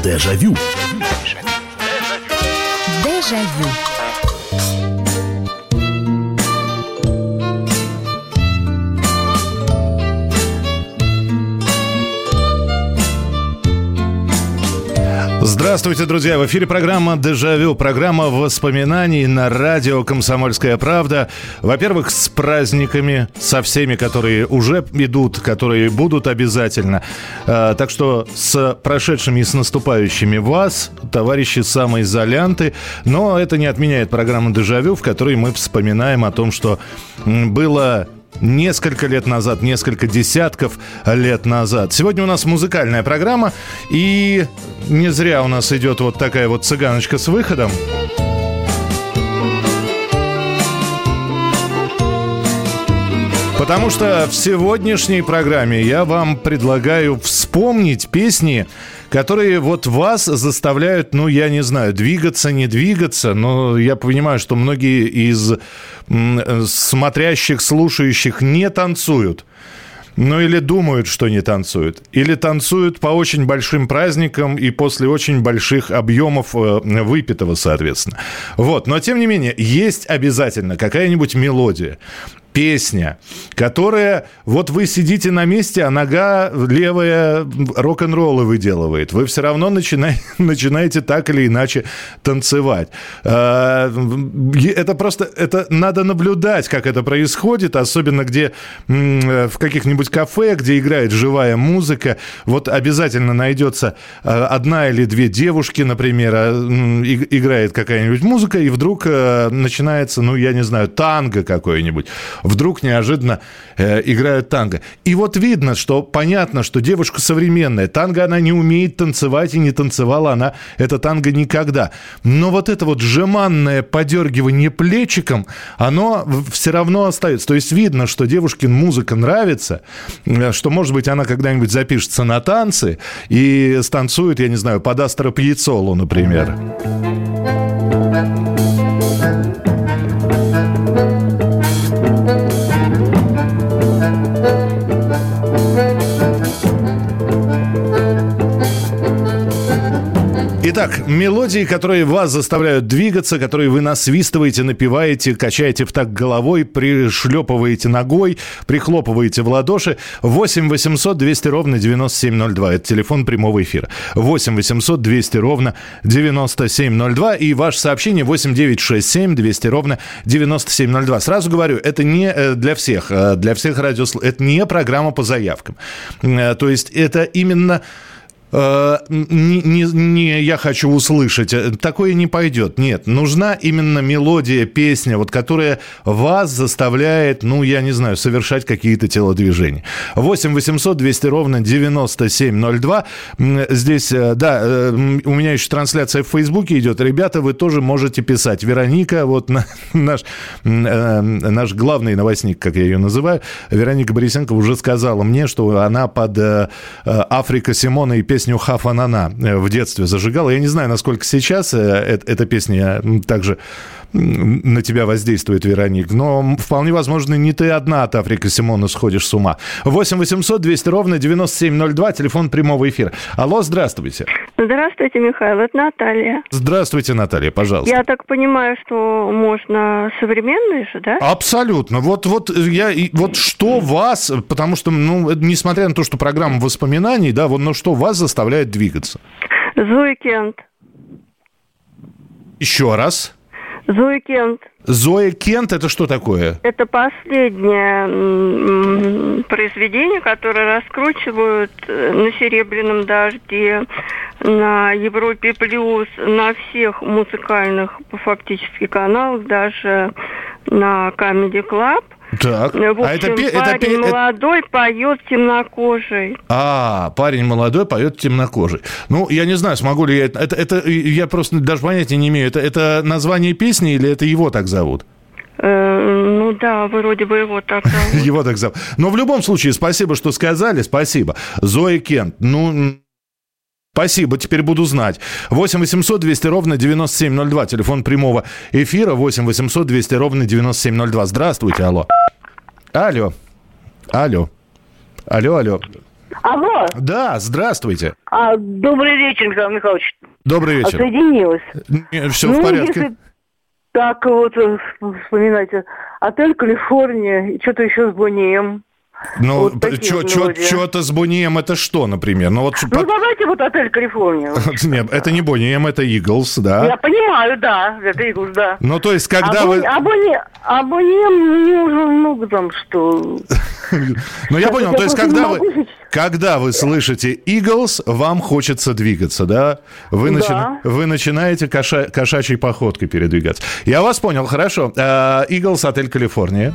Дежавю. Дежавю. Здравствуйте, друзья! В эфире программа «Дежавю», программа воспоминаний на радио «Комсомольская правда». Во-первых, с праздниками, со всеми, которые уже идут, которые будут обязательно. Так что с прошедшими и с наступающими вас, товарищи самоизолянты. Но это не отменяет программу «Дежавю», в которой мы вспоминаем о том, что было несколько лет назад, несколько десятков лет назад. Сегодня у нас музыкальная программа, и не зря у нас идет вот такая вот цыганочка с выходом. Потому что в сегодняшней программе я вам предлагаю вспомнить песни, которые вот вас заставляют, ну, я не знаю, двигаться, не двигаться, но я понимаю, что многие из смотрящих, слушающих не танцуют. Ну, или думают, что не танцуют. Или танцуют по очень большим праздникам и после очень больших объемов выпитого, соответственно. Вот. Но, тем не менее, есть обязательно какая-нибудь мелодия, песня, которая... Вот вы сидите на месте, а нога левая рок-н-роллы выделывает. Вы все равно начинаете так или иначе танцевать. Это просто... Это надо наблюдать, как это происходит, особенно где в каких-нибудь кафе, где играет живая музыка. Вот обязательно найдется одна или две девушки, например, играет какая-нибудь музыка, и вдруг начинается, ну, я не знаю, танго какое-нибудь. Вдруг неожиданно играют танго. И вот видно, что понятно, что девушка современная. Танго она не умеет танцевать, и не танцевала она это танго никогда. Но вот это вот жеманное подергивание плечиком, оно все равно остается. То есть видно, что девушке музыка нравится, что, может быть, она когда-нибудь запишется на танцы и станцует, я не знаю, под Астро Пьяццолу, например. Итак, мелодии, которые вас заставляют двигаться, которые вы насвистываете, напеваете, качаете в такт головой, пришлепываете ногой, прихлопываете в ладоши. 8 800 200 ровно 9702. Это телефон прямого эфира. 8 800 200 ровно 9702. И ваше сообщение 8 967 200 ровно 9702. Сразу говорю, это не для всех радиослушателей. Это не программа по заявкам. То есть это именно... Не я хочу услышать, такое не пойдет. Нет, нужна именно мелодия, песня, вот, которая вас заставляет, ну, я не знаю, совершать какие-то телодвижения. 8 800 200 ровно 9702. Здесь, да, у меня еще трансляция в Фейсбуке идет. Ребята, вы тоже можете писать. Вероника, вот наш главный новостник, как я ее называю, Вероника Борисенко уже сказала мне, что она под Африка Симона и песню «Хафанана» в детстве зажигала. Я не знаю, насколько сейчас эта песня также на тебя воздействует, Вероник, но вполне возможно, не ты одна от Африка Симона сходишь с ума. 8 800 200 ровно 9702, телефон прямого эфира. Алло, здравствуйте. Здравствуйте, Михаил, это Наталья. Здравствуйте, Наталья, пожалуйста. Я так понимаю, что можно современные же, да? Абсолютно. Вот что вас, потому что, ну, несмотря на то, что программа воспоминаний, да, вот, но что вас заставляет двигаться? Зои Кент. Еще раз. Зои Кент. Зоя Кент, это что такое? Это последнее произведение, которое раскручивают на «Серебряном дожде», на Европе Плюс, на всех музыкальных фактически каналах, даже на Comedy Club. Так. В общем, парень молодой поет темнокожий. Парень молодой поет темнокожий. Ну, я не знаю, смогу ли я... Это я просто даже понятия не имею. Это название песни или это его так зовут? Ну да, вроде бы его так зовут. Его так зовут. Но в любом случае, спасибо, что сказали. Спасибо. Зоя Кент. Ну... Спасибо, теперь буду знать. 8 800 200 ровно 9702. Телефон прямого эфира 8 800 200 ровно 9702. Здравствуйте, алло. Алло. Алло. Да, здравствуйте. Добрый вечер, Михаил Михайлович. Добрый вечер. Отсоединилась. Все в порядке. Если так вот вспоминайте. Отель «Калифорния», и что-то еще с Бонием. Ну, что-то с Бонием, это что, например? Давайте вот «Отель Калифорния». Нет, это не Бонием, это Иглс, да. Я понимаю, да, это Иглс, да. Ну, то есть, когда вы... Бонием мне уже много там что... Ну, я понял, то есть, когда вы слышите Иглс, вам хочется двигаться, да? Вы начинаете кошачьей походкой передвигаться. Я вас понял, хорошо. Иглс, «Отель Калифорния».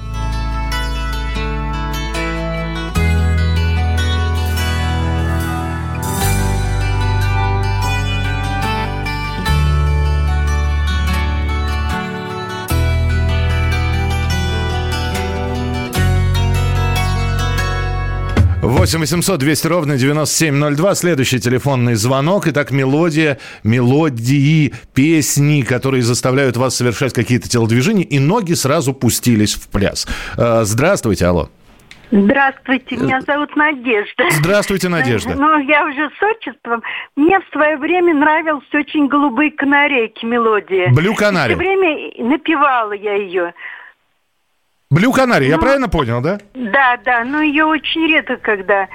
8 800 200 ровно 9702. Следующий телефонный звонок. Итак, мелодии, песни, которые заставляют вас совершать какие-то телодвижения, и ноги сразу пустились в пляс. Здравствуйте, алло. Здравствуйте, меня зовут Надежда. Здравствуйте, Надежда. Ну, я уже с отчеством. Мне в свое время нравилась очень «Голубые канарейки» мелодия. «Блю Канари». Все время напевала я ее. «Блю Канари», я правильно понял, да? Да, но ее очень редко, когда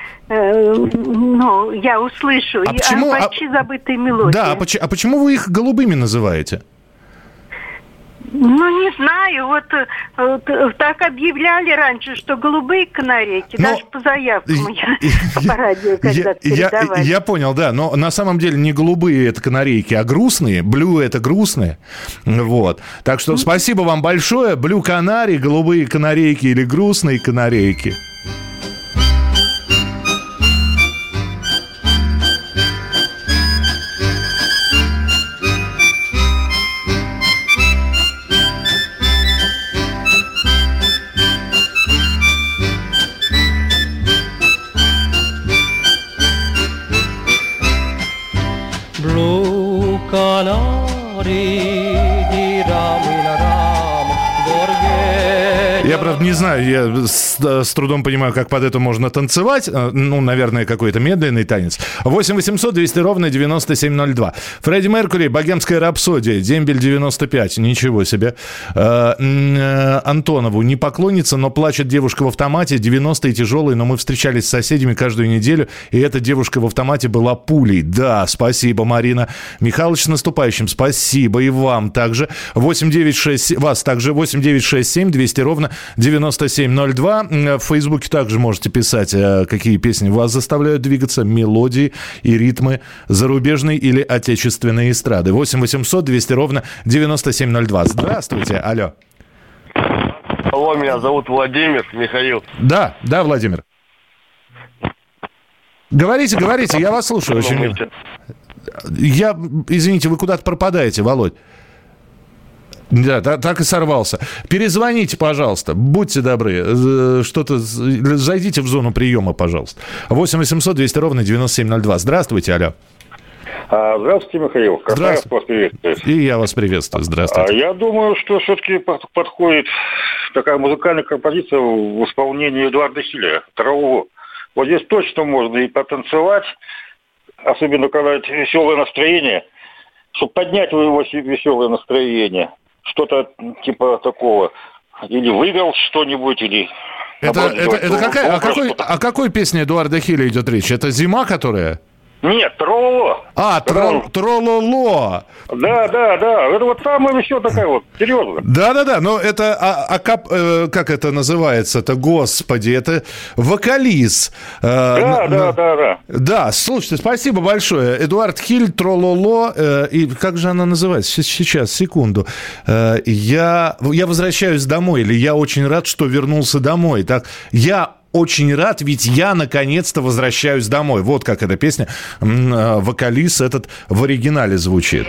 я услышу. Почему? Почти забытые мелодии. Да, а почему вы их голубыми называете? Ну, не знаю, вот так объявляли раньше, что «Голубые канарейки», даже по заявкам по радио когда-то передавали. Я понял, да, но на самом деле не голубые это канарейки, а грустные, «Блю» это грустные, вот. Так что спасибо вам большое, «Блю Канари», «Голубые канарейки» или «Грустные канарейки». Я, правда, не знаю, я с трудом понимаю, как под это можно танцевать. Ну, наверное, какой-то медленный танец. 8 800 200 ровно 9702. Фредди Меркьюри, «Богемская рапсодия», дембель 95. Ничего себе. Антонову, не поклонница, но плачет девушка в автомате. 90-е тяжелые, но мы встречались с соседями каждую неделю, и эта девушка в автомате была пулей. Да, спасибо, Марина. Михалыч, с наступающим. Спасибо и вам также. 8967 200 ровно 9702. В Фейсбуке также можете писать, какие песни вас заставляют двигаться, мелодии и ритмы зарубежной или отечественной эстрады. 8 800 200 ровно 9702. Здравствуйте, алло. Алло, меня зовут Владимир, Михаил. Да, Владимир. Говорите, я вас слушаю очень мило. Извините, вы куда-то пропадаете, Володь. Да, так и сорвался. Перезвоните, пожалуйста. Будьте добры. Зайдите в зону приема, пожалуйста. 8 800 200 ровно 9702. Здравствуйте, алло. Здравствуйте, Михаил. Здравствуйте. Вас приветствую. И я вас приветствую. Здравствуйте. Я думаю, что все-таки подходит такая музыкальная композиция в исполнении Эдуарда Хиллера, «Траву». Вот здесь точно можно и потанцевать, особенно когда это веселое настроение, чтобы поднять у него веселое настроение. Что-то типа такого. Или выиграл что-нибудь, или... Это какая? О какой песне Эдуарда Хилля идет речь? Это «Зима», которая... Нет, «Трололо». «Трололо». Да. Это вот самая еще такая вот, серьезно. Да. Но это, как это называется-то, господи, это вокалист. Да. Да, слушайте, спасибо большое. Эдуард Хиль, «Трололо». И как же она называется? Сейчас, секунду. Я возвращаюсь домой, или «Я очень рад, что вернулся домой». Так, я очень рад, ведь я наконец-то возвращаюсь домой. Вот как эта песня, вокалист этот в оригинале звучит.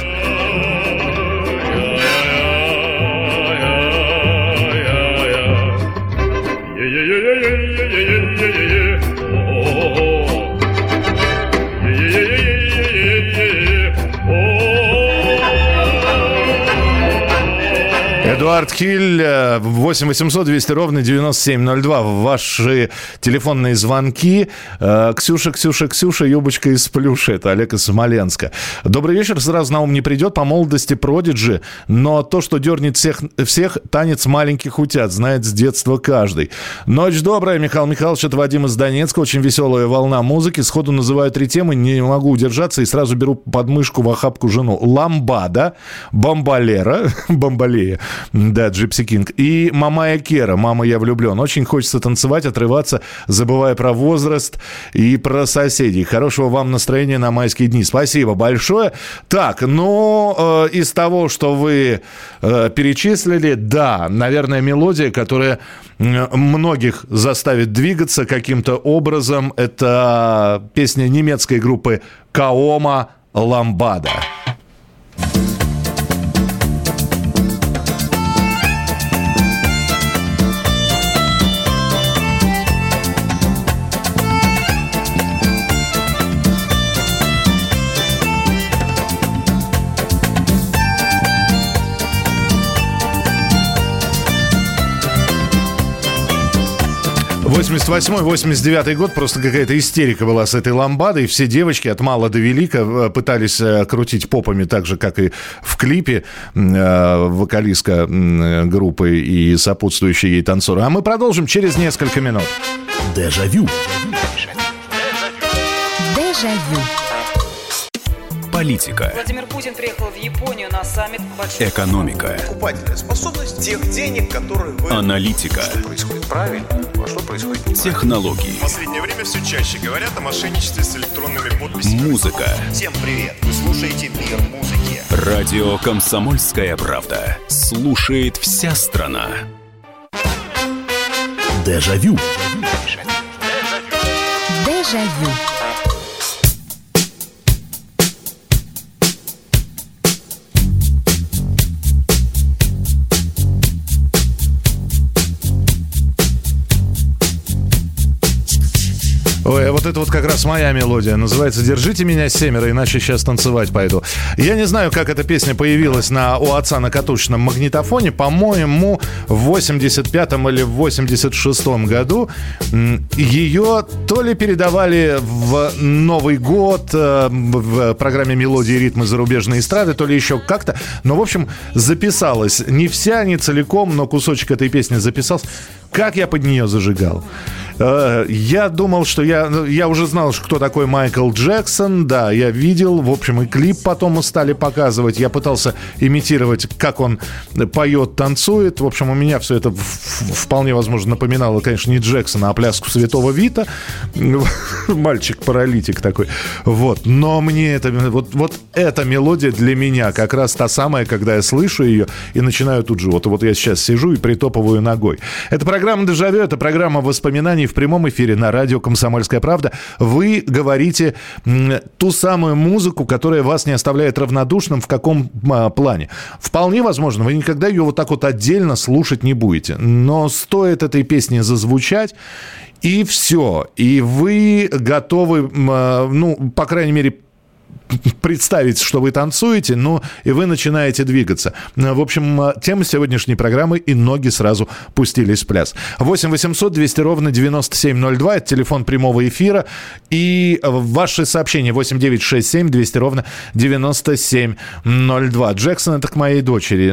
Эдуард Хиль, 8 800 200 ровно 9702. Ваши телефонные звонки. Ксюша, юбочка из плюша. Это Олег из Смоленска. Добрый вечер. Сразу на ум не придет. По молодости Продиджи. Но то, что дернет всех, танец маленьких утят. Знает с детства каждый. Ночь добрая, Михаил Михайлович. Это Вадим из Донецка. Очень веселая волна музыки. Сходу называю 3 темы. Не могу удержаться и сразу беру под мышку в охапку жену. Ламбада, Бомбалера, Бомбалея, да, Джипси Кинг, и Мамая Кера, «Мама, я влюблен». Очень хочется танцевать, отрываться, забывая про возраст и про соседей. Хорошего вам настроения на майские дни. Спасибо большое. Так, из того, что вы перечислили, да, наверное, мелодия, которая многих заставит двигаться каким-то образом, это песня немецкой группы Каома «Ламбада». 88-89 год, просто какая-то истерика была с этой ламбадой. Все девочки от мала до велика пытались крутить попами так же, как и в клипе вокалистка группы и сопутствующие ей танцоры. А мы продолжим через несколько минут. Дежавю. Дежавю. Политика. Владимир Путин приехал в Японию на саммит большой... Экономика. Покупательная способность тех денег, которые вы... Аналитика. Что происходит правильно, а что происходит неправильно. Технологии. В последнее время все чаще говорят о мошенничестве с электронными подписями. Музыка. Всем привет! Вы слушаете «Мир музыки». Радио «Комсомольская правда». Слушает вся страна. Дежавю. Дежавю. Ой, вот это вот как раз моя мелодия. Называется «Держите меня, семеро, иначе сейчас танцевать пойду». Я не знаю, как эта песня появилась у отца на катушечном магнитофоне. По-моему, в 85-м или в 86-м году ее то ли передавали в Новый год в программе «Мелодии и ритмы зарубежной эстрады», то ли еще как-то. Но, в общем, записалась. Не вся, не целиком, но кусочек этой песни записался. Как я под нее зажигал. Я думал, что я уже знал, кто такой Майкл Джексон. Да, я видел. В общем, и клип потом стали показывать. Я пытался имитировать, как он поет, танцует. В общем, у меня все это вполне возможно напоминало, конечно, не Джексона, а пляску Святого Вита. Мальчик-паралитик такой. Вот. Но мне это... Вот эта мелодия для меня как раз та самая, когда я слышу ее и начинаю тут же. Вот я сейчас сижу и притопываю ногой. Это программа «Дежавю», это программа воспоминаний в прямом эфире на радио «Комсомольская правда». Вы говорите ту самую музыку, которая вас не оставляет равнодушным в каком плане. Вполне возможно, вы никогда ее вот так вот отдельно слушать не будете. Но стоит этой песне зазвучать, и все. И вы готовы, по крайней мере, представить, что вы танцуете, и вы начинаете двигаться. В общем, тема сегодняшней программы «И ноги сразу пустились в пляс». 8 800 200 ровно 9702. Это телефон прямого эфира. И ваши сообщения 8 967 200 ровно 9702. Джексон — это к моей дочери.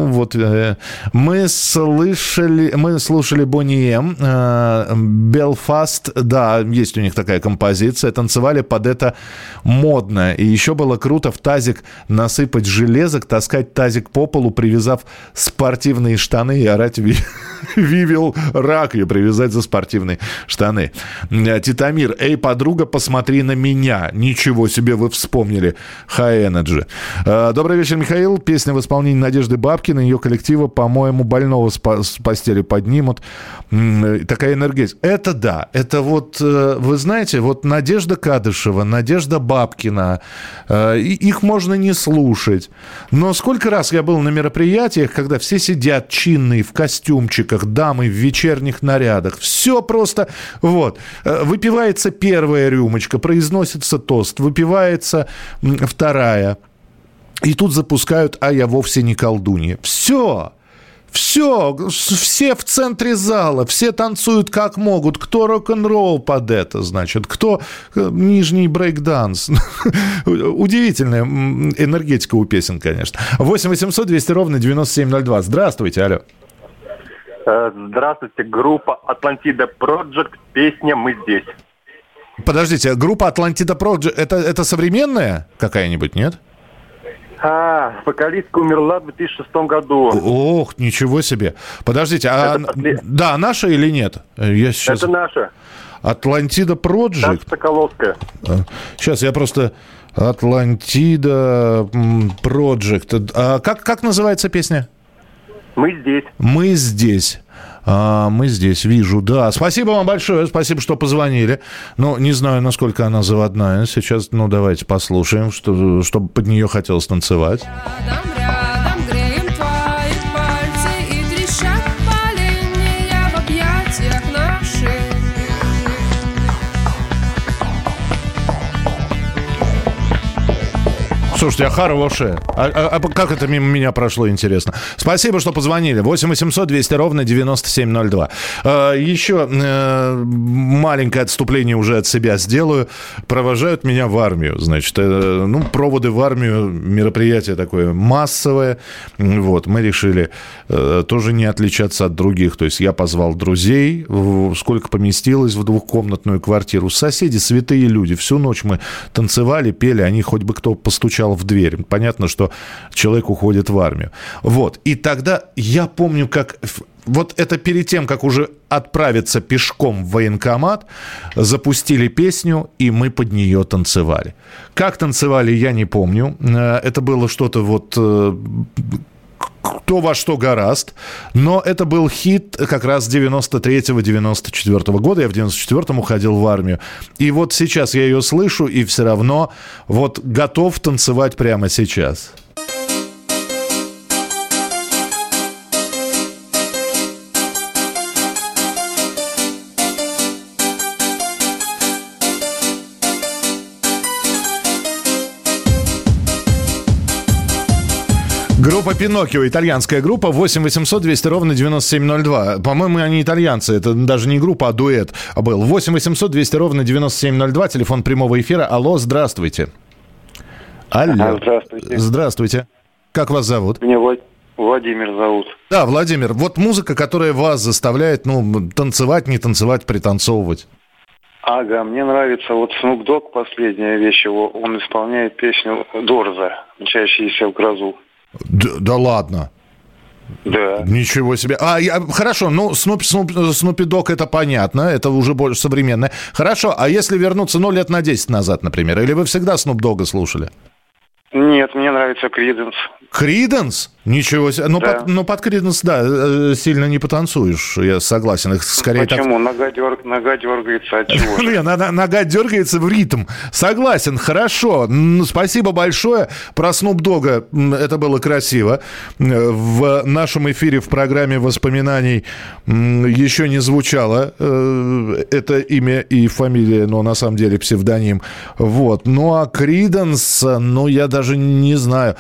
Мы слушали Бонни М. Белфаст. Да, есть у них такая композиция. Танцевали под это модно. И еще было круто в тазик насыпать железок, таскать тазик по полу, привязав спортивные штаны и орать «Вивел рак» и привязать за спортивные штаны. Титамир: «Эй, подруга, посмотри на меня». Ничего себе, вы вспомнили. High Energy. Добрый вечер, Михаил. Песня в исполнении Надежды Бабкиной. Ее коллектива, по-моему, больного с постели поднимут. Такая энергия. Это да. Это вы знаете, Надежда Кадышева, Надежда Бабкина. Их можно не слушать. Но сколько раз я был на мероприятиях, когда все сидят чинные, в костюмчиках, дамы в вечерних нарядах. Все просто... Выпивается первая рюмочка, произносится тост, выпивается вторая. И тут запускают «А я вовсе не колдунья». Все! Все в центре зала, все танцуют как могут. Кто рок-н-ролл под это, значит, кто нижний брейк-данс. Удивительная энергетика у песен, конечно. 8 800 200 ровно 9702. Здравствуйте, алло. Здравствуйте, группа Атлантида Project, песня «Мы здесь». Подождите, группа Атлантида Project, это современная какая-нибудь, нет? Вокалистка умерла в 2006 году. Ох, ничего себе. Подождите, да, наша или нет? Это наша. Атлантида Project? Даша Соколовская. Сейчас я просто... Атлантида Project. А как называется песня? «Мы здесь». «Мы здесь». Мы здесь, вижу, да. Спасибо вам большое, спасибо, что позвонили. Ну, не знаю, насколько она заводная. Сейчас, давайте послушаем, что под нее хотелось танцевать. Рядом греем твои пальцы и трещат поленья в объятиях наших. Слушайте, хорошая. А как это мимо меня прошло, интересно? Спасибо, что позвонили. 8 800 200 ровно 9702. Еще маленькое отступление уже от себя сделаю. Провожают меня в армию. Значит, проводы в армию, мероприятие такое массовое. Вот, мы решили тоже не отличаться от других. То есть я позвал друзей, сколько поместилось в двухкомнатную квартиру. Соседи, святые люди. Всю ночь мы танцевали, пели, они хоть бы кто постучал в дверь. Понятно, что человек уходит в армию. Вот. И тогда я помню, как... Вот это перед тем, как уже отправиться пешком в военкомат, запустили песню, и мы под нее танцевали. Как танцевали, я не помню. Это было что-то вот... кто во что горазд. Но это был хит как раз 93-94 года. Я в 94-м уходил в армию. И вот сейчас я ее слышу, и все равно вот готов танцевать прямо сейчас. Группа «Пиноккио», итальянская группа, 8 800 200 ровно 9702. По-моему, они итальянцы, это даже не группа, а дуэт был. 8 800 200 ровно 9702, телефон прямого эфира. Алло, здравствуйте. Алло. Здравствуйте. Здравствуйте. Как вас зовут? Меня Владимир зовут. Да, Владимир, вот музыка, которая вас заставляет, танцевать, не танцевать, пританцовывать. Ага, мне нравится вот Snoop Dogg, последняя вещь его, он исполняет песню «Дорза», «Мчащиеся в грозу». Да ладно? Да. Ничего себе. Хорошо, Снупи Дог это понятно, это уже больше современное. Хорошо, а если вернуться лет на 10 назад, например, или вы всегда Снуп Дога слушали? Нет, мне нравится Криденс. Криденс? Ничего себе. Под Криденс, да, сильно не потанцуешь, я согласен. Их скорее почему? Так... Нога дергается от чего? Нога дергается в ритм. Согласен, хорошо. Спасибо большое. Про Снуп Дога это было красиво. В нашем эфире в программе воспоминаний еще не звучало это имя и фамилия, но на самом деле псевдоним. Вот. Ну а Криденс, я даже не знаю.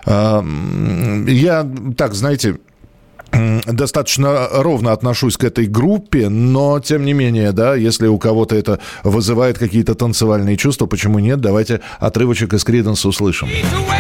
Я, так, знаете, достаточно ровно отношусь к этой группе, но, тем не менее, да, если у кого-то это вызывает какие-то танцевальные чувства, почему нет? Давайте отрывочек из Криденса услышим.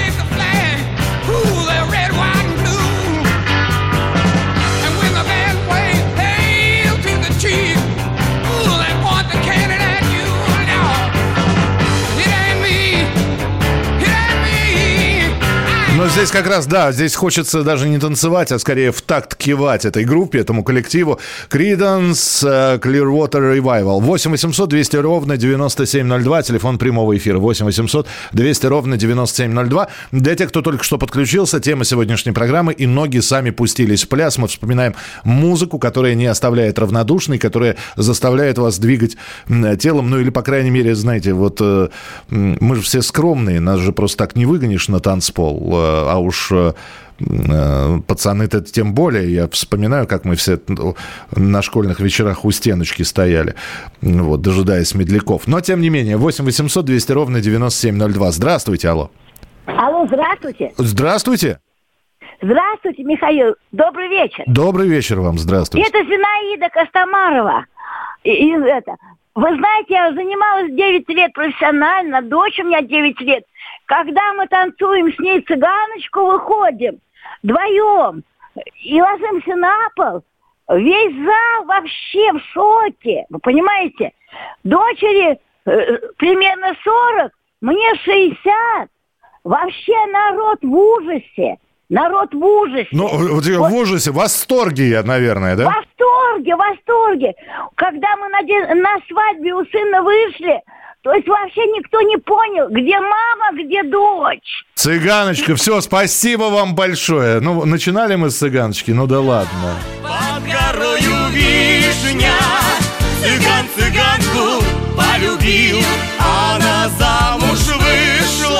Но здесь как раз, да, здесь хочется даже не танцевать, а скорее в такт кивать этой группе, этому коллективу. Creedence Clearwater Revival. 8 800 200 ровно 9702, телефон прямого эфира. 8 800 200 ровно 9702. Для тех, кто только что подключился, тема сегодняшней программы «И ноги сами пустились в пляс». Мы вспоминаем музыку, которая не оставляет равнодушной, которая заставляет вас двигать телом, или, по крайней мере, знаете, вот мы же все скромные, нас же просто так не выгонишь на танцпол. А уж пацаны-то тем более. Я вспоминаю, как мы все на школьных вечерах у стеночки стояли, вот, дожидаясь медляков. Но, тем не менее, 8 800 200 ровно 9702. Здравствуйте, алло. Алло, здравствуйте. Здравствуйте. Здравствуйте, Михаил. Добрый вечер. Добрый вечер вам, здравствуйте. Это Зинаида Костомарова. Вы знаете, я занималась 9 лет профессионально, дочь у меня 9 лет. Когда мы танцуем с ней цыганочку, выходим вдвоем и ложимся на пол, весь зал вообще в шоке. Вы понимаете? Дочери примерно 40, мне 60. Вообще народ в ужасе. Народ в ужасе. Ну, в ужасе, в восторге я, наверное, да? В восторге. Когда мы на свадьбе у сына вышли, то есть вообще никто не понял, где мама, где дочь. Цыганочка, все, спасибо вам большое. Ну, начинали мы с цыганочки, ну да ладно. Под горою вишня, цыган цыганку полюбил, она замуж вышла.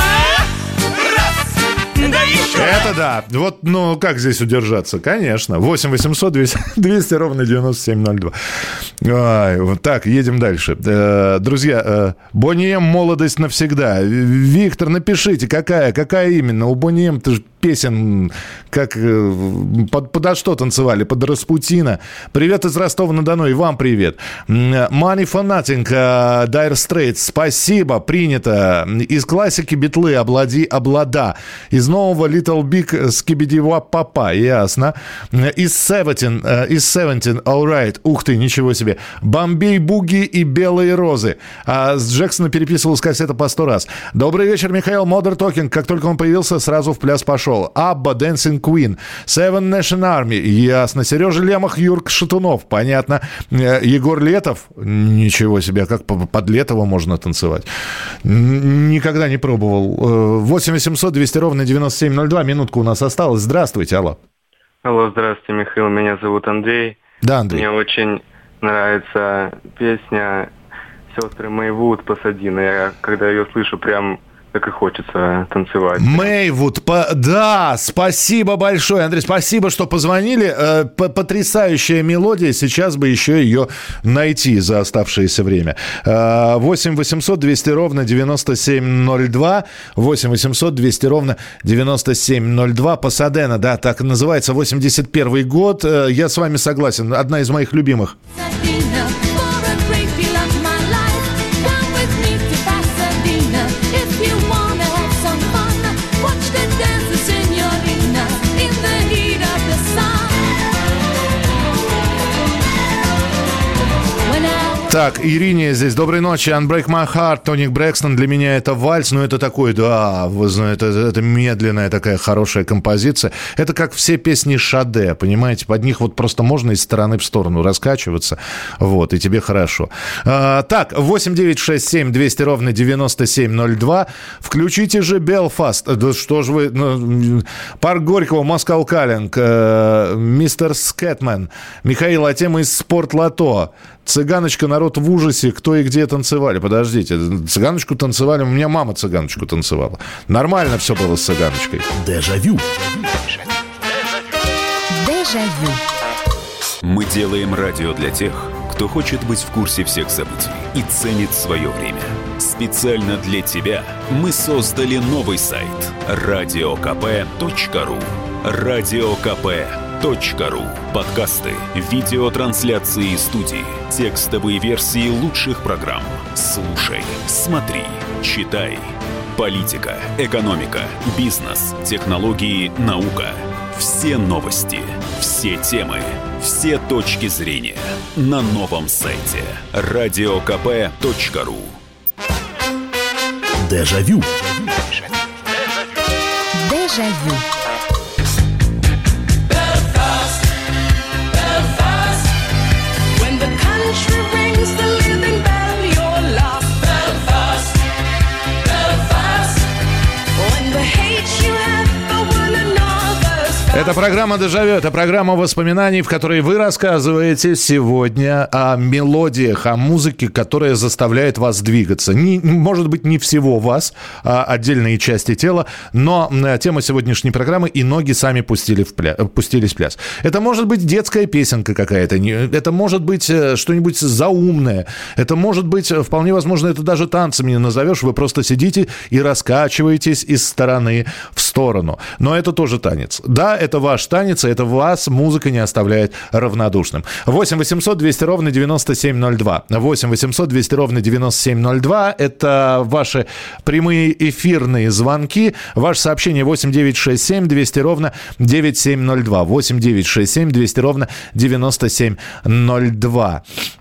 Да еще это да. Вот, ну, как здесь удержаться? Конечно. 8 800 200 ровно 9702. Вот так, едем дальше. Друзья, Boney M «Молодость навсегда». Виктор, напишите, какая именно? У Boney M -то песен, как подо что танцевали? Под Распутина. Привет из Ростова-на-Дону, и вам привет. Money for Nothing, Dire Straits. Спасибо, принято. Из классики Битлы «Облада». Из нового Little Big Skibidi-Wap Papa, ясно. Из Seventeen, All Right. Ух ты, ничего себе. Бомбей Буги и Белые розы. С Джексона переписывал с кассеты по 100 раз. Добрый вечер, Михаил. Modern Talking. Как только он появился, сразу в пляс пошел. Абба, Dancing Queen. Seven Nation Army. Ясно. Сережа Лемах, Юрк Шатунов. Понятно. Егор Летов. Ничего себе, как под Летова можно танцевать. Никогда не пробовал. 8 800 200 ровно 9702. Минутку у нас осталось. Здравствуйте, алло. Алло, здравствуйте, Михаил. Меня зовут Андрей. Да, Андрей. Мне очень нравится песня «Сестры Мэйвуд» «Пасадина». Я, когда ее слышу, прям так и хочется танцевать. Мэйвуд, да, спасибо большое, Андрей, спасибо, что позвонили. Потрясающая мелодия, сейчас бы еще ее найти за оставшееся время. 8 800 200 ровно 9702, 8 800 200 ровно 9702, Пасадена, да, так и называется, 81-й год, я с вами согласен, одна из моих любимых. Так, Ирине здесь. Доброй ночи. Unbreak My Heart, Тони Брэкстон. Для меня это вальс, но это такой, да, вы знаете, это медленная такая хорошая композиция. Это как все песни Шаде, понимаете? Под них вот просто можно из стороны в сторону раскачиваться, вот, и тебе хорошо. Так, 8967 200 ровно 9702. Включите же Белфаст. Да что ж вы... Парк Горького, Москва Каллинг, Мистер Скэтмен, Михаил, а тема из Спортлото. Цыганочка, народ в ужасе, кто и где танцевали. Подождите, цыганочку танцевали, у меня мама цыганочку танцевала. Нормально все было с цыганочкой. Дежавю. Дежавю. Мы делаем радио для тех, кто хочет быть в курсе всех событий и ценит свое время. Специально для тебя мы создали новый сайт radiokp.ru. Radiokp.ru. Подкасты, видеотрансляции студии, текстовые версии лучших программ. Слушай, смотри, читай. Политика, экономика, бизнес, технологии, наука. Все новости, все темы, все точки зрения на новом сайте radiokp.ru. Дежавю. Дежавю. Это программа «Дежавю», это программа воспоминаний, в которой вы рассказываете сегодня о мелодиях, о музыке, которая заставляет вас двигаться. Может быть, не всего вас, а отдельные части тела, но тема сегодняшней программы «И ноги сами пустились в пляс». Это может быть детская песенка какая-то, это может быть что-нибудь заумное, это может быть, вполне возможно, это даже танцами не назовешь, вы просто сидите и раскачиваетесь из стороны в сторону. Но это тоже танец. Да, это ваш танец, и это вас музыка не оставляет равнодушным. 8 800 200 ровно 9702. 8 800 200 ровно 9702. Это ваши прямые эфирные звонки. Ваше сообщение 8 967 200 ровно 9702. 8 967 200 ровно 9702.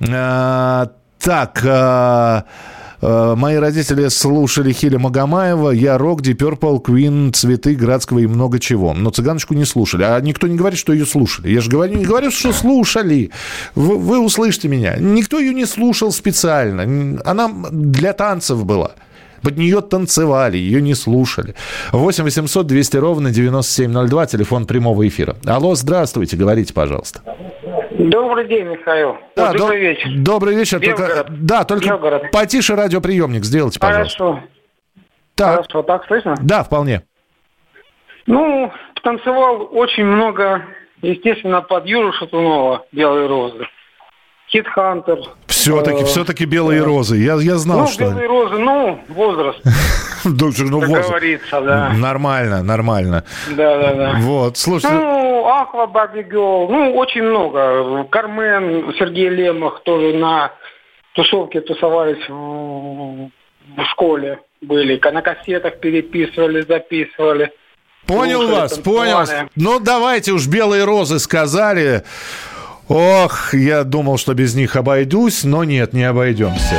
Мои родители слушали Хиля Магомаева, я рок, Deep Purple, Queen, Цветы, Градского и много чего. Но «Цыганочку» не слушали. А никто не говорит, что ее слушали. Я же не говорю, что слушали. Вы услышите меня. Никто ее не слушал специально. Она для танцев была. Под нее танцевали, ее не слушали. 8 800 200 ровно 9702, телефон прямого эфира. Алло, здравствуйте, говорите, пожалуйста. Добрый день, Михаил. Да, добрый вечер. Добрый вечер. Только Белгород. потише радиоприемник сделайте, пожалуйста. Хорошо. Так. Хорошо, так слышно? Да, вполне. Ну, танцевал очень много, естественно, под Юру Шатунова «Белые розы». «Хитхантер». Все-таки «Белые розы». Я знал, что... «Белые розы», возраст. Как говорится, да. Нормально. Да. Вот, слушайте... «Аква», «Барби Герл», очень много. «Кармен», Сергей Лемах тоже на тусовке тусовались в школе были. На кассетах переписывали, записывали. Понял вас. Ну, давайте уж «Белые розы» сказали. Ох, я думал, что без них обойдусь, но нет, не обойдемся.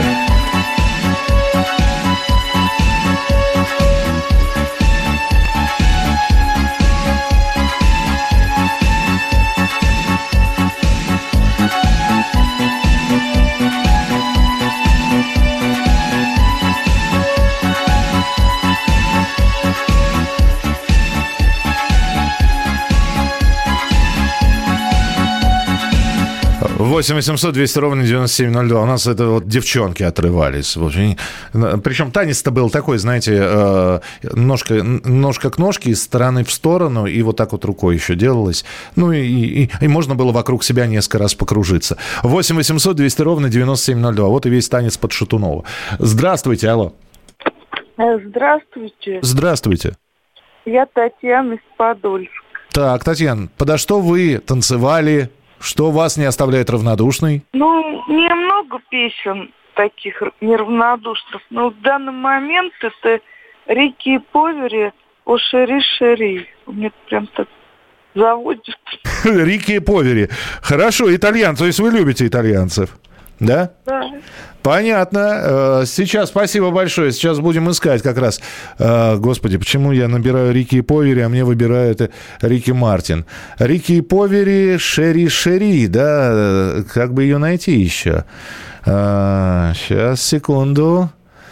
Восемь 800 200 ровно 9702. У нас это вот девчонки отрывались. Причем танец-то был такой, знаете, ножка к ножке, из стороны в сторону, и вот так вот рукой еще делалось. Ну и можно было вокруг себя несколько раз покружиться. 8 800 200 ровно 9702. Вот и весь танец под Шатунова. Здравствуйте, алло. Здравствуйте. Здравствуйте. Я Татьяна из Подольска. Так, Татьяна, подо что вы танцевали? Что вас не оставляет равнодушной? Немного песен таких неравнодушных, но в данный момент это Рики и Повери, «О шери шери». Мне прям так заводит. Рики и Повери. Хорошо, итальянцы. То есть вы любите итальянцев? Да? Да. Понятно. Сейчас спасибо большое. Сейчас будем искать как раз. Господи, почему я набираю Рики и Повери, а мне выбирают Рики Мартин. Рики и Повери, шери, да? Как бы ее найти еще? Сейчас, секунду.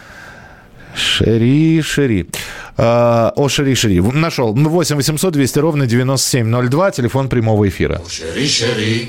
Шери. О шери. Нашел. 8 800 200 ровно 9702. Телефон прямого эфира. О шери.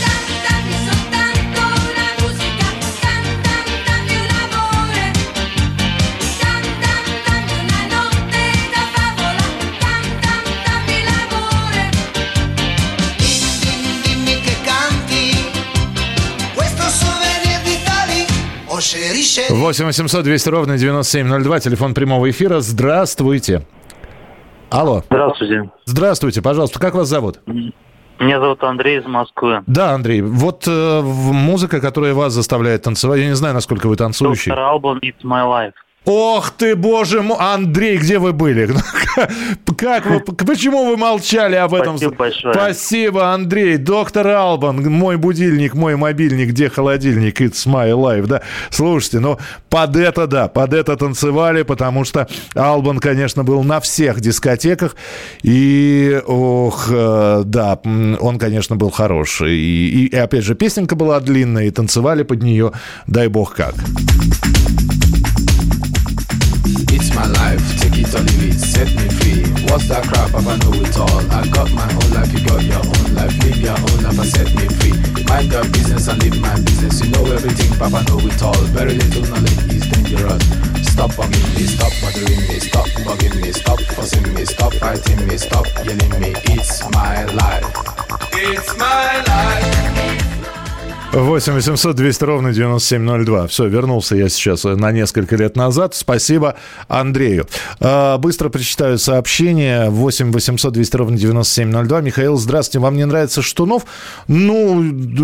Шери. 8 800 200 ровно 9702, телефон прямого эфира. Здравствуйте. Алло. Здравствуйте. Здравствуйте, пожалуйста. Как вас зовут? Меня зовут Андрей из Москвы. Да, Андрей. Вот музыка, которая вас заставляет танцевать. Я не знаю, насколько вы танцующий. Доктор Албан, «It's My Life». Ох ты, боже мой! Андрей, где вы были? Почему вы молчали об этом? Спасибо большое. Спасибо, Андрей. Доктор Албан, мой будильник, мой мобильник, где холодильник? It's my life, да? Слушайте, под это танцевали, потому что Албан, конечно, был на всех дискотеках. И, да, он, конечно, был хороший. И опять же, песенка была длинная, и танцевали под нее, дай бог как. It's my life, take it to live it, set me free. What's that crap? I know it all. I got my own life, you got your own life. Live your own life and set me free. Mind your business and live my business. You know everything, Papa know it all. Very little knowledge is dangerous. Stop bugging me, stop bothering me, stop bugging me, stop fussing me, stop fighting me, stop yelling me. It's my life. It's my life. 8 800 200 ровно 9702. Все, вернулся я сейчас на несколько лет назад. Спасибо Андрею. Быстро прочитаю сообщение. 8 800 200 ровно 9702. Михаил, здравствуйте. Вам не нравится Шатунов? Ну,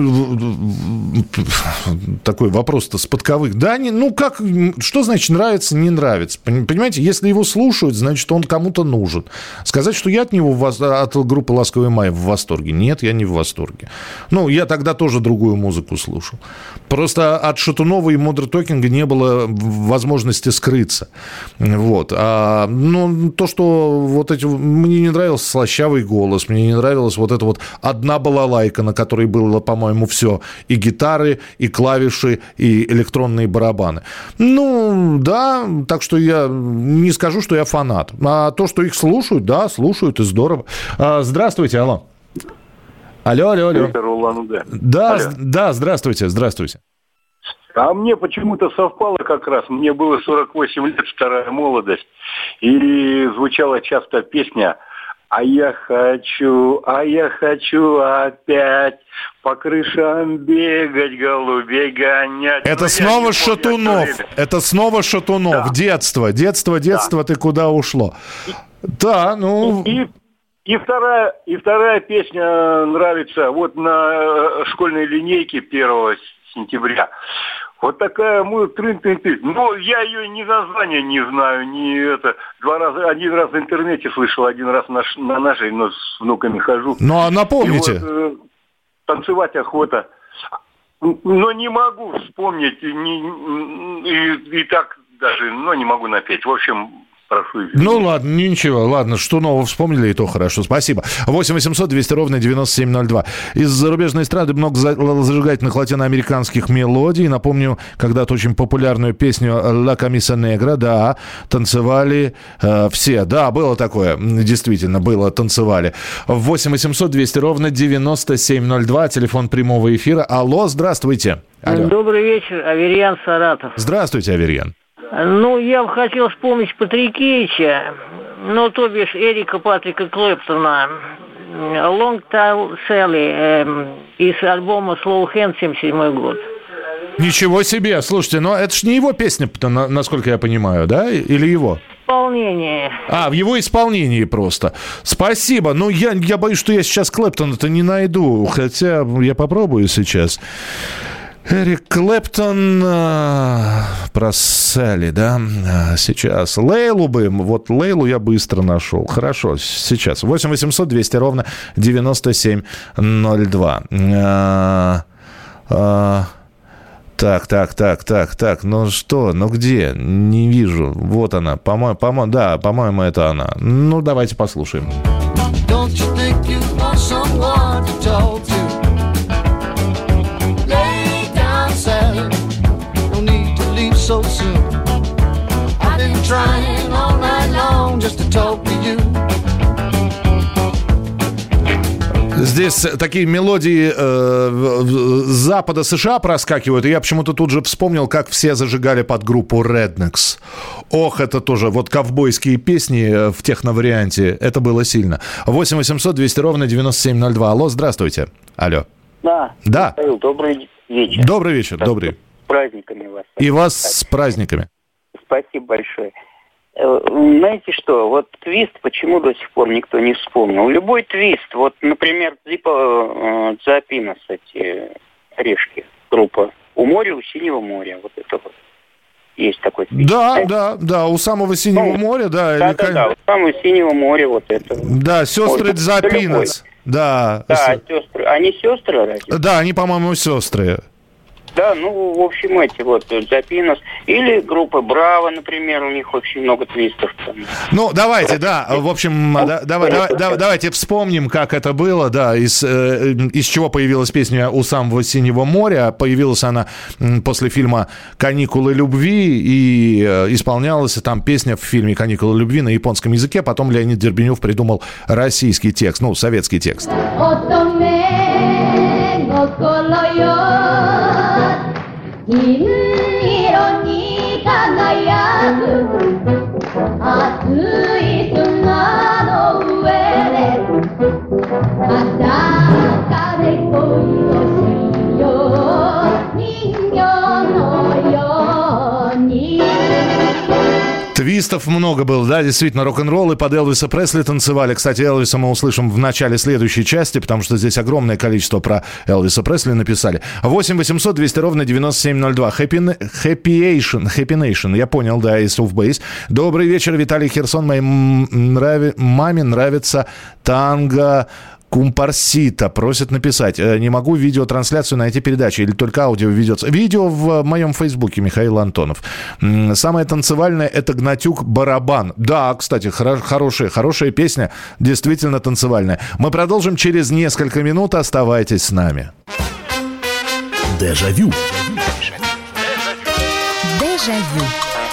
такой вопрос-то с подковых. Да, ну как, что значит нравится, не нравится? Понимаете, если его слушают, значит, он кому-то нужен. Сказать, что я от него, от группы «Ласковый май» в восторге? Нет, я не в восторге. Ну, я тогда тоже другую музыку слушал. Просто от Шатунова и Modern Talking не было возможности скрыться. Вот. Ну, то, что вот эти... Мне не нравился слащавый голос, мне не нравилась вот эта вот одна балалайка, на которой было, по-моему, все. И гитары, и клавиши, и электронные барабаны. Ну, да, так что я не скажу, что я фанат. А то, что их слушают, да, слушают, и здорово. Здравствуйте, алло. Алло. Виктор Улан-Удэ. Да, здравствуйте. А мне почему-то совпало как раз. Мне было 48 лет, вторая молодость. И звучала часто песня «А я хочу опять по крышам бегать, голубей гонять». Это снова Шатунов. Это снова Шатунов. Да. Детство, да. Ты куда ушло? Да, ну... И вторая песня нравится вот на школьной линейке 1 сентября. Вот такая трын-тын-тын. Ну, я ее ни названия не знаю, ни это. Один раз в интернете слышал, один раз на нашей, но с внуками хожу. Ну, а напомните. Вот, танцевать охота. Но не могу вспомнить, и так даже, не могу напеть. В общем... Ну, ладно, ничего. Ладно, что нового вспомнили, и то хорошо. Спасибо. 8 800 200 ровно 9702. Из зарубежной эстрады много зажигательных латиноамериканских мелодий. Напомню, когда-то очень популярную песню «La Camisa Negra», да, танцевали все. Да, было такое. Действительно, было, танцевали. 8 800 200 ровно 9702. Телефон прямого эфира. Алло, здравствуйте. Алло. Добрый вечер. Аверьян, Саратов. Здравствуйте, Аверьян. Ну, я бы хотел вспомнить Патрикевича, то бишь Эрика Патрика Клэптона, Long Tall Sally из альбома Slow Hand, 77 год. Ничего себе! Слушайте, но это ж не его песня, насколько я понимаю, да? Или его? Исполнение. В его исполнении просто. Спасибо. Ну, я боюсь, что я сейчас Клэптона-то не найду, хотя я попробую сейчас. Эрик Клэптон про Салли, да? Сейчас. Лейлу Лейлу я быстро нашел. Хорошо, сейчас. 8 800 200 ровно 9702. Так. Ну что? Ну где? Не вижу. Вот она. По-моему, это она. Ну, давайте послушаем. Don't you think you want someone to talk to? So soon. I've been trying all night long just to talk to you. Здесь такие мелодии запада США проскакивают, и я почему-то тут же вспомнил, как все зажигали под группу Rednecks. Ох, это тоже вот ковбойские песни в техноварианте. Это было сильно. 8 800 200 ровно 9702. Алло, здравствуйте. Алло. Да. Михаил, добрый вечер. Добрый вечер, добрый. С праздниками вас. И вас с праздниками. Спасибо большое. Знаете что, вот твист почему до сих пор никто не вспомнил? Любой твист, вот, например, Дзапинос, эти орешки, группа «У моря, у синего моря», вот это вот. Есть такой твист. Да, у самого синего моря, да. Да, у самого синего моря вот это. Да, сестры Дзапинос. Да, сестры. Они сестры разве? Да, они, по-моему, сестры. Да, ну, в общем, эти вот Запинос. Или группа Браво, например, у них очень много твистов. Там. Ну, давайте, да, в общем, давайте вспомним, как это было, да, из чего появилась песня «У самого синего моря». Появилась она после фильма «Каникулы любви», и исполнялась там песня в фильме «Каникулы любви» на японском языке. Потом Леонид Дербенев придумал российский текст, ну, советский текст. Твистов много было, да, действительно, рок-н-ролл, и под Элвиса Пресли танцевали. Кстати, Элвиса мы услышим в начале следующей части, потому что здесь огромное количество про Элвиса Пресли написали. 8 800 200 ровно 9702. Happy Nation, я понял, да, из Softbase. Добрый вечер, Виталий Херсон. Моей маме нравится танго Кумпарсита. Просят написать. Не могу видеотрансляцию найти передачи, или только аудио ведется. Видео в моем фейсбуке, Михаил Антонов. Самое танцевальное — это Гнатюк «Барабан». Да, кстати, хорошая песня, действительно танцевальная. Мы продолжим через несколько минут. Оставайтесь с нами. Дежавю. Дежавю.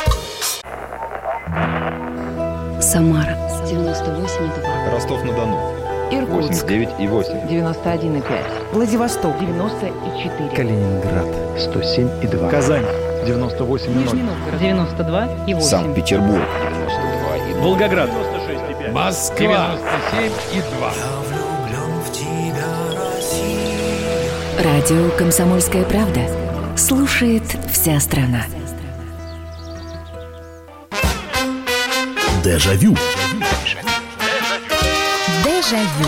Самара 98,2. Ростов-на-Дону. Иркутск 89,8. 91,5. Владивосток 94. Калининград 107,2. Казань 98,0. 92,8. Санкт-Петербург 92,2. Волгоград 96,5. Москва 97,2. Радио «Комсомольская правда». Слушает вся страна. Дежавю. Дежавю.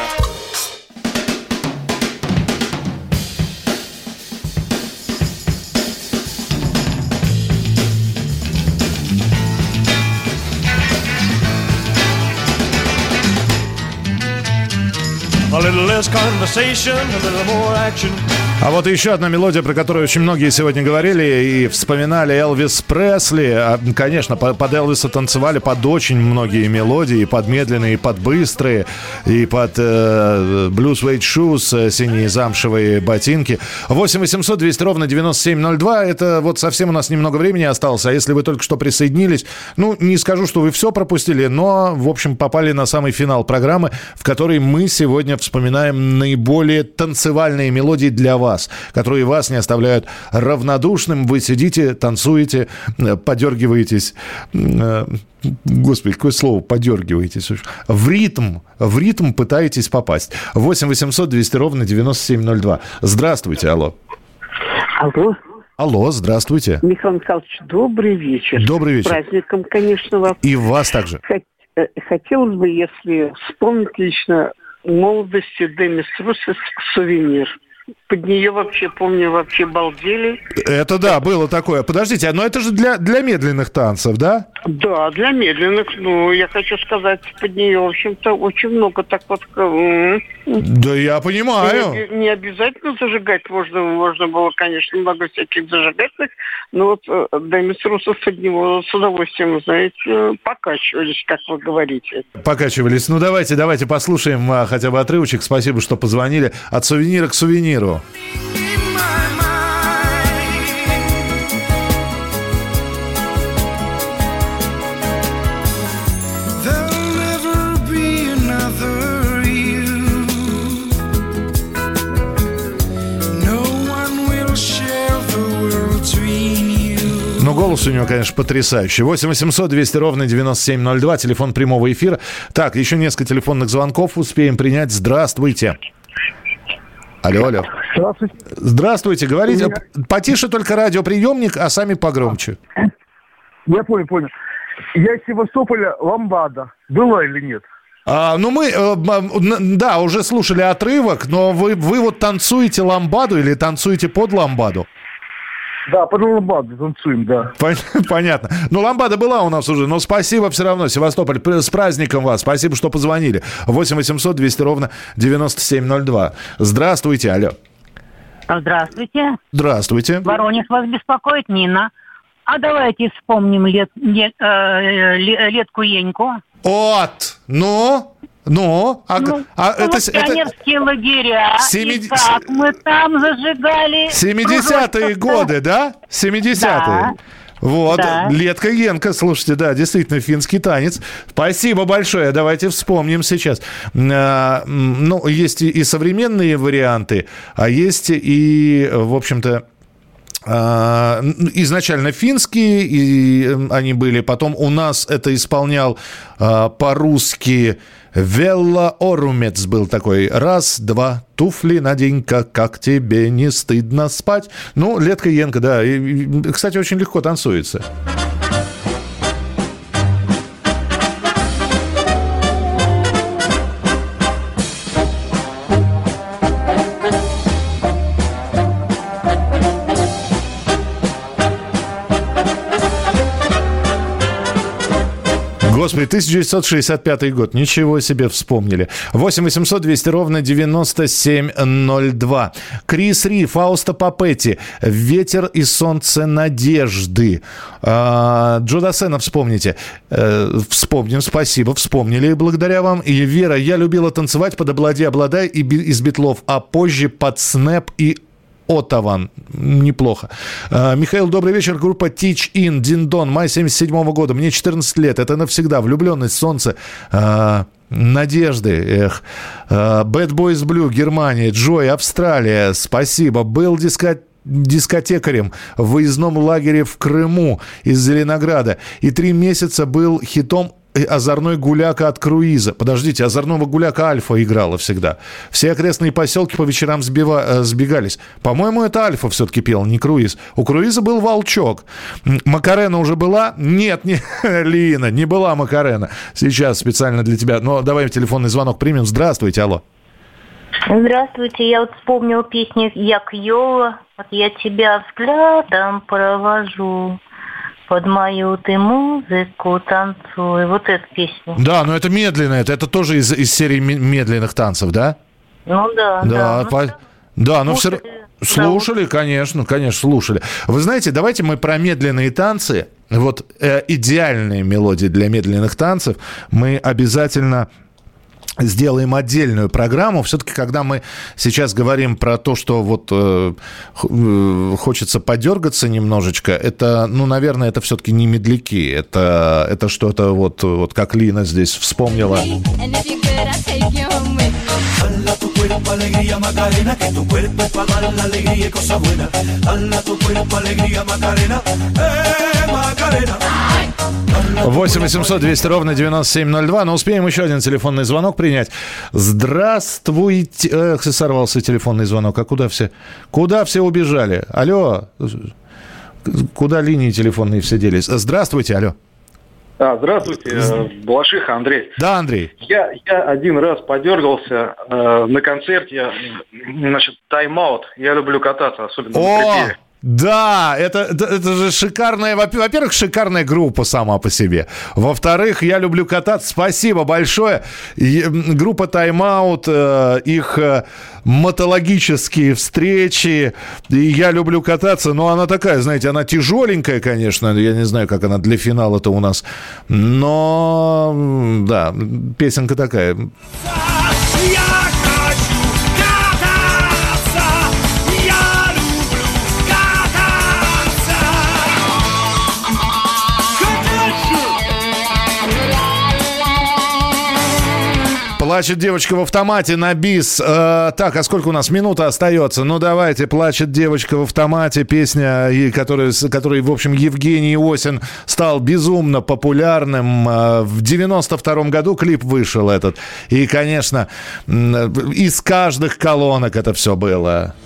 A little less conversation, a little more action. А вот еще одна мелодия, про которую очень многие сегодня говорили и вспоминали: Элвис Пресли. Конечно, под Элвиса танцевали под очень многие мелодии, и под медленные, и под быстрые, и под Blue Suede Shoes, синие замшевые ботинки. 8 800 200 ровно 9702. Это вот совсем у нас немного времени осталось. А если вы только что присоединились, ну, не скажу, что вы все пропустили, но, в общем, попали на самый финал программы, в которой мы сегодня вспоминаем наиболее танцевальные мелодии для вас, которые вас не оставляют равнодушным. Вы сидите, танцуете, подергиваетесь. Господи, какое слово подергиваетесь? В ритм пытаетесь попасть. 8 800 200 ровно 9702. Здравствуйте, алло. Алло. Алло, здравствуйте. Михаил Михайлович, добрый вечер. Добрый вечер. С праздником, конечно, вас. И вас также. Хотелось бы, если вспомнить лично молодости Демис Руссос «Сувенир». Под нее вообще, помню, вообще балдели. Это да, было такое. Подождите, но это же для медленных танцев, да? Да, для медленных. Ну, я хочу сказать, под нее, в общем-то, очень много так вот... Да, я понимаю. Не обязательно зажигать. Можно было, конечно, много всяких зажигательных. Но вот Демис Руссос под него с удовольствием, знаете, покачивались, как вы говорите. Покачивались. Ну, давайте послушаем хотя бы отрывочек. Спасибо, что позвонили. От сувенира к сувениру. Ну, голос у него, конечно, потрясающий. 8 800 200 ровно 9702, телефон прямого эфира. Так, еще несколько телефонных звонков успеем принять. Здравствуйте. Алло. Здравствуйте. Здравствуйте, говорите. Потише только радиоприемник, а сами погромче. Я понял. Я из Севастополя, «Ламбада». Было или нет? Мы, да, уже слушали отрывок, но вы вот танцуете «Ламбаду» или танцуете под «Ламбаду»? Да, под «Ламбаду» танцуем, да. Понятно. Ну, «Ламбада» была у нас уже, но спасибо все равно, Севастополь. С праздником вас. Спасибо, что позвонили. 8 800 200 ровно 9702. Здравствуйте, алло. Здравствуйте. Здравствуйте. Воронеж, вас беспокоит Нина. А давайте вспомним Летку Еньку. Вот, пионерские лагеря. И как мы там зажигали. 70-е годы, да? 70-е. Да. Вот, да. Летка Енка, слушайте, да, действительно, финский танец. Спасибо большое, давайте вспомним сейчас. Ну, есть и современные варианты, а есть и, в общем-то, изначально финские, и они были. Потом у нас это исполнял по-русски Велла Орумец был такой. Раз, два, туфли надень-ка, как тебе не стыдно спать. Ну, Летка Енка, да. И, кстати, очень легко танцуется. Господи, 1965 год. Ничего себе вспомнили. 8 800 200 ровно 9702. Крис Ри, Фауста Папетти. «Ветер и солнце надежды». Джо Дассена вспомните. Вспомним, спасибо, вспомнили благодаря вам. И Вера, я любила танцевать под «Обладай» из Битлов, а позже под «Снэп» и Отаван. Неплохо. Михаил, добрый вечер. Группа Teach In, Диндон, май 77 года. Мне 14 лет. Это навсегда. Влюбленность, солнце, надежды. Bad Boys Blue, Германия. Джой, Австралия. Спасибо. Был дискотекарем в выездном лагере в Крыму из Зеленограда. И 3 месяца был хитом «Озорной гуляка» от Круиза. Подождите, «Озорного гуляка» Альфа играла всегда. Все окрестные поселки по вечерам сбегались. По-моему, это Альфа все-таки пел, не Круиз. У Круиза был Волчок. Макарена уже была? Нет, не, Лина, не была Макарена. Сейчас специально для тебя. Но давай телефонный звонок примем. Здравствуйте, алло. Здравствуйте, я вот вспомнил песню Як Йола. Вот я тебя взглядом провожу. Под мою ты музыку танцуй. Вот эту песню. Да, но это медленно. Это тоже из серии медленных танцев, да? Ну да. Да, но все равно... Слушали, конечно, слушали. Вы знаете, давайте мы про медленные танцы, вот идеальные мелодии для медленных танцев, мы обязательно сделаем отдельную программу. Все-таки, когда мы сейчас говорим про то, что вот хочется подергаться немножечко, это, ну, наверное, это все-таки не медляки. Это что-то вот как Лина здесь вспомнила. Cuerpo, alegría, Macarena, que tu cuerpo es para dar la alegría y cosa buena. Dala tu cuerpo, alegría, Macarena, Macarena. 8 800 200 ровно 9702. Но успеем еще один телефонный звонок принять. Здравствуйте. Эх, сорвался телефонный звонок. А куда все убежали? Алло. Куда линии телефонные все делись? Здравствуйте, алло. Здравствуйте, Балашиха Андрей. Да, Андрей. Я один раз подергался на концерте, значит, Time Out. Я люблю кататься, особенно на припеве. Да, это же шикарная, во-первых, шикарная группа сама по себе. Во-вторых, я люблю кататься. Спасибо большое. Группа Time Out, их мотологические встречи. И я люблю кататься, но она такая, знаете, она тяжеленькая, конечно. Я не знаю, как она для финала-то у нас. Но, да, песенка такая. Плачет девочка в автомате на бис. Так, а сколько у нас? Минута остается. Ну, давайте. Плачет девочка в автомате. Песня, которой, в общем, Евгений Осин стал безумно популярным. В 92-м году клип вышел этот. И, конечно, из каждых колонок это все было.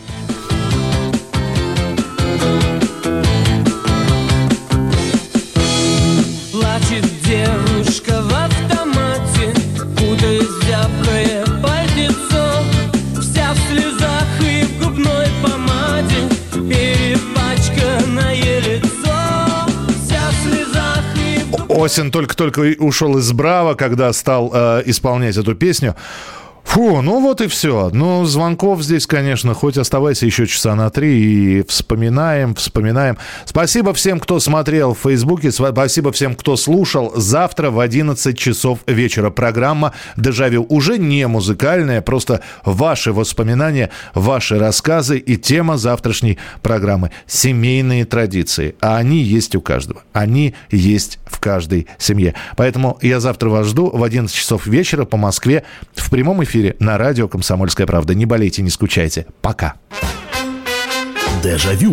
Плачет девушка в автомате, кутаясь в зябкое пальтецо, вся в слезах и в губной помаде, перепачканное лицо, вся в слезах и в... Осин только ушел из Браво, когда стал исполнять эту песню. Фу, ну вот и все. Ну, звонков здесь, конечно, хоть оставайся еще часа на 3 и вспоминаем. Спасибо всем, кто смотрел в Фейсбуке, спасибо всем, кто слушал. Завтра в 11 часов вечера программа «Дежавю» уже не музыкальная, просто ваши воспоминания, ваши рассказы и тема завтрашней программы – семейные традиции. А они есть у каждого, они есть в каждой семье. Поэтому я завтра вас жду в 11 часов вечера по Москве в прямом эфире на радио «Комсомольская правда». Не болейте, не скучайте. Пока. Дежавю.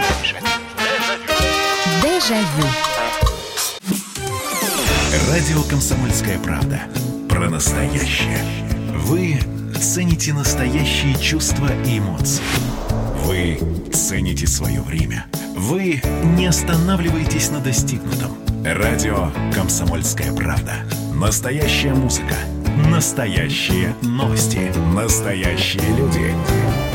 Дежавю. Радио «Комсомольская правда». Про настоящее. Вы цените настоящие чувства и эмоции. Вы цените свое время. Вы не останавливаетесь на достигнутом. Радио «Комсомольская правда». Настоящая музыка. Настоящие новости. Настоящие люди.